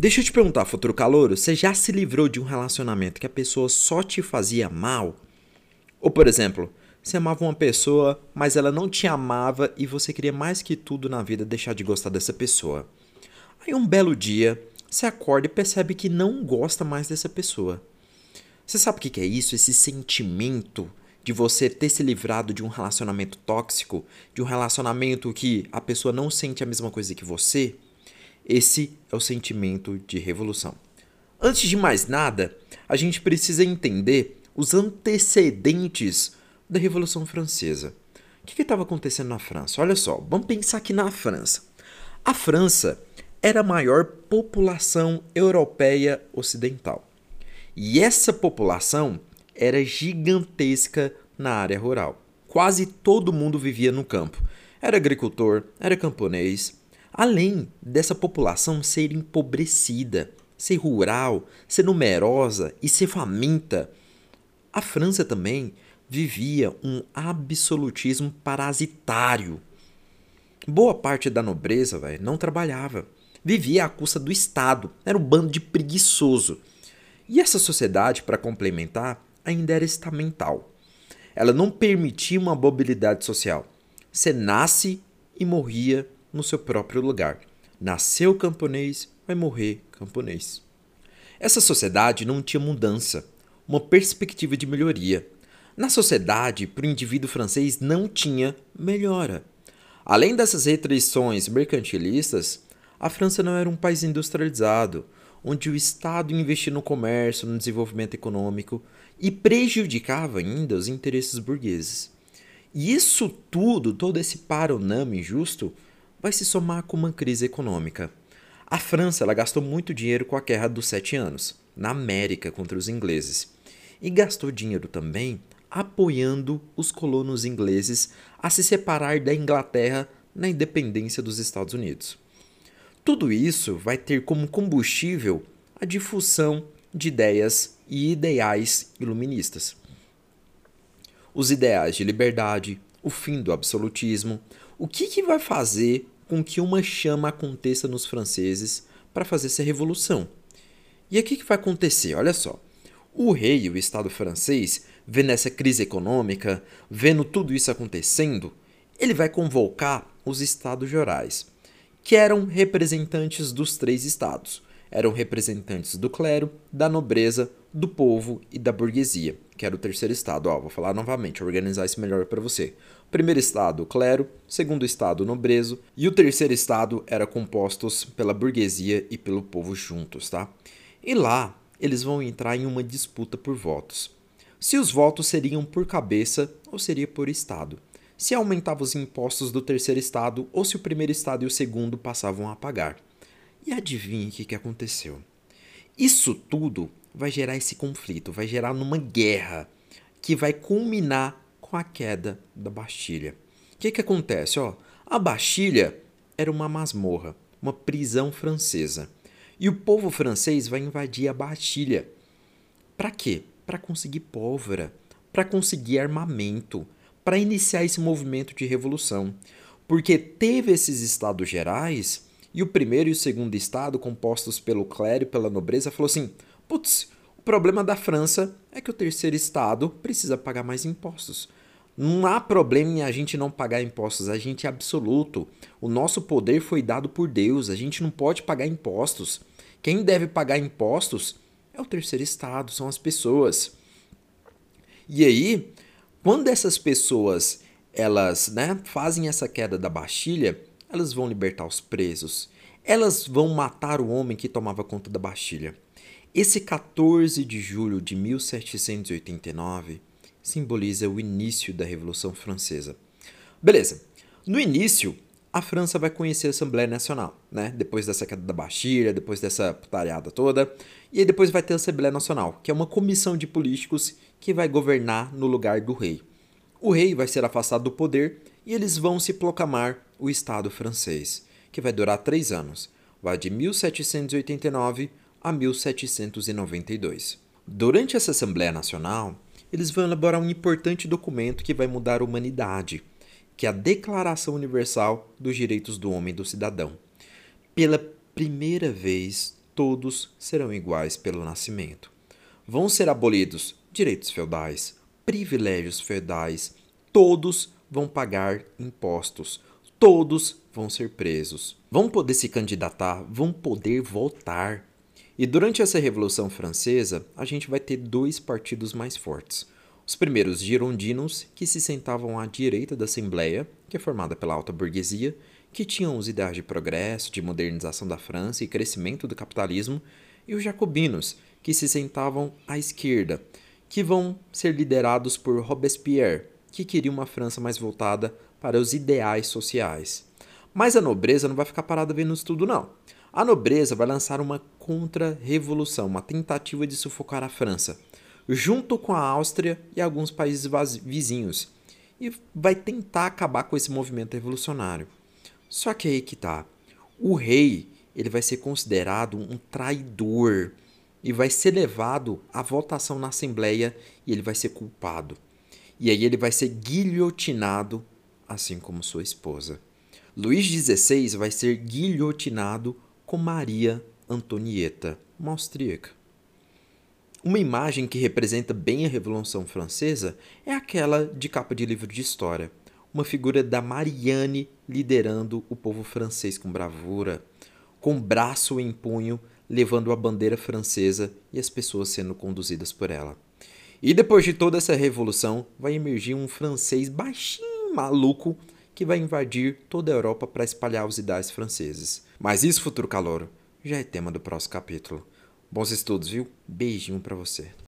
Deixa eu te perguntar, futuro calouro, você já se livrou de um relacionamento que a pessoa só te fazia mal? Ou, por exemplo, você amava uma pessoa, mas ela não te amava e você queria mais que tudo na vida deixar de gostar dessa pessoa. Aí um belo dia, você acorda e percebe que não gosta mais dessa pessoa. Você sabe o que é isso? Esse sentimento de você ter se livrado de um relacionamento tóxico, de um relacionamento que a pessoa não sente a mesma coisa que você? Esse é o sentimento de revolução. Antes de mais nada, a gente precisa entender os antecedentes da Revolução Francesa. O que estava acontecendo na França? Olha só, vamos pensar aqui na França. A França era a maior população europeia ocidental. E essa população era gigantesca na área rural. Quase todo mundo vivia no campo. Era agricultor, era camponês. Além dessa população ser empobrecida, ser rural, ser numerosa e ser faminta, a França também vivia um absolutismo parasitário. Boa parte da nobreza, não trabalhava. Vivia à custa do Estado. Era um bando de preguiçoso. E essa sociedade, para complementar, ainda era estamental. Ela não permitia uma mobilidade social. Você nasce e morria no seu próprio lugar. Nasceu camponês, vai morrer camponês. Essa sociedade não tinha mudança, uma perspectiva de melhoria. Na sociedade, para o indivíduo francês não tinha melhora. Além dessas restrições mercantilistas, a França não era um país industrializado, onde o Estado investia no comércio, no desenvolvimento econômico e prejudicava ainda os interesses burgueses. E isso tudo, todo esse panorama injusto, vai se somar com uma crise econômica. A França ela gastou muito dinheiro com a Guerra dos 7 Anos, na América contra os ingleses. E gastou dinheiro também apoiando os colonos ingleses a se separar da Inglaterra na independência dos Estados Unidos. Tudo isso vai ter como combustível a difusão de ideias e ideais iluministas. Os ideais de liberdade, o fim do absolutismo, o que vai fazer com que uma chama aconteça nos franceses para fazer essa revolução? E aqui que vai acontecer? Olha só. O rei e o Estado francês, vendo essa crise econômica, vendo tudo isso acontecendo, ele vai convocar os Estados Gerais, que eram representantes dos 3 estados. Eram representantes do clero, da nobreza, do povo e da burguesia, que era o terceiro estado. Vou falar novamente, organizar isso melhor para você. O primeiro estado, o clero, o segundo estado, o nobrezo, e o terceiro estado era compostos pela burguesia e pelo povo juntos, tá? E lá, eles vão entrar em uma disputa por votos. Se os votos seriam por cabeça ou seria por estado. Se aumentava os impostos do terceiro estado ou se o primeiro estado e o segundo passavam a pagar. E adivinhe o que aconteceu? Isso tudo vai gerar esse conflito, vai gerar numa guerra que vai culminar com a queda da Bastilha. O que acontece? A Bastilha era uma masmorra, uma prisão francesa. E o povo francês vai invadir a Bastilha. Para quê? Para conseguir pólvora, para conseguir armamento, para iniciar esse movimento de revolução. Porque teve esses estados gerais e o primeiro e o segundo estado, compostos pelo clero e pela nobreza, falou assim: putz, o problema da França é que o terceiro estado precisa pagar mais impostos. Não há problema em a gente não pagar impostos, a gente é absoluto. O nosso poder foi dado por Deus, a gente não pode pagar impostos. Quem deve pagar impostos é o terceiro estado, são as pessoas. E aí, quando essas pessoas elas fazem essa queda da Bastilha, elas vão libertar os presos, elas vão matar o homem que tomava conta da Bastilha. Esse 14 de julho de 1789 simboliza o início da Revolução Francesa. Beleza, no início, a França vai conhecer a Assembleia Nacional, depois dessa queda da Bastilha, depois dessa putariada toda, e aí depois vai ter a Assembleia Nacional, que é uma comissão de políticos que vai governar no lugar do rei. O rei vai ser afastado do poder e eles vão se proclamar o Estado francês, que vai durar 3 anos, vai de 1789 a 1792. Durante essa Assembleia Nacional, eles vão elaborar um importante documento que vai mudar a humanidade, que é a Declaração Universal dos Direitos do Homem e do Cidadão. Pela primeira vez todos serão iguais pelo nascimento. Vão ser abolidos direitos feudais, privilégios feudais, todos vão pagar impostos, todos vão ser presos, vão poder se candidatar, vão poder votar. E durante essa Revolução Francesa, a gente vai ter dois partidos mais fortes. Os primeiros girondinos, que se sentavam à direita da Assembleia, que é formada pela alta burguesia, que tinham os ideais de progresso, de modernização da França e crescimento do capitalismo, e os jacobinos, que se sentavam à esquerda, que vão ser liderados por Robespierre, que queria uma França mais voltada para os ideais sociais. Mas a nobreza não vai ficar parada vendo isso tudo, não. A nobreza vai lançar uma contra-revolução, uma tentativa de sufocar a França, junto com a Áustria e alguns países vizinhos, e vai tentar acabar com esse movimento revolucionário. Só que aí que tá. O rei, ele vai ser considerado um traidor e vai ser levado à votação na Assembleia e ele vai ser culpado. E aí ele vai ser guilhotinado, assim como sua esposa. Luís XVI vai ser guilhotinado com Maria Antonieta, uma austríaca. Uma imagem que representa bem a Revolução Francesa é aquela de capa de livro de história. Uma figura da Marianne liderando o povo francês com bravura, com braço em punho, levando a bandeira francesa e as pessoas sendo conduzidas por ela. E depois de toda essa revolução, vai emergir um francês baixinho, maluco, que vai invadir toda a Europa para espalhar os ideais franceses. Mas isso, futuro calouro, já é tema do próximo capítulo. Bons estudos, viu? Beijinho pra você.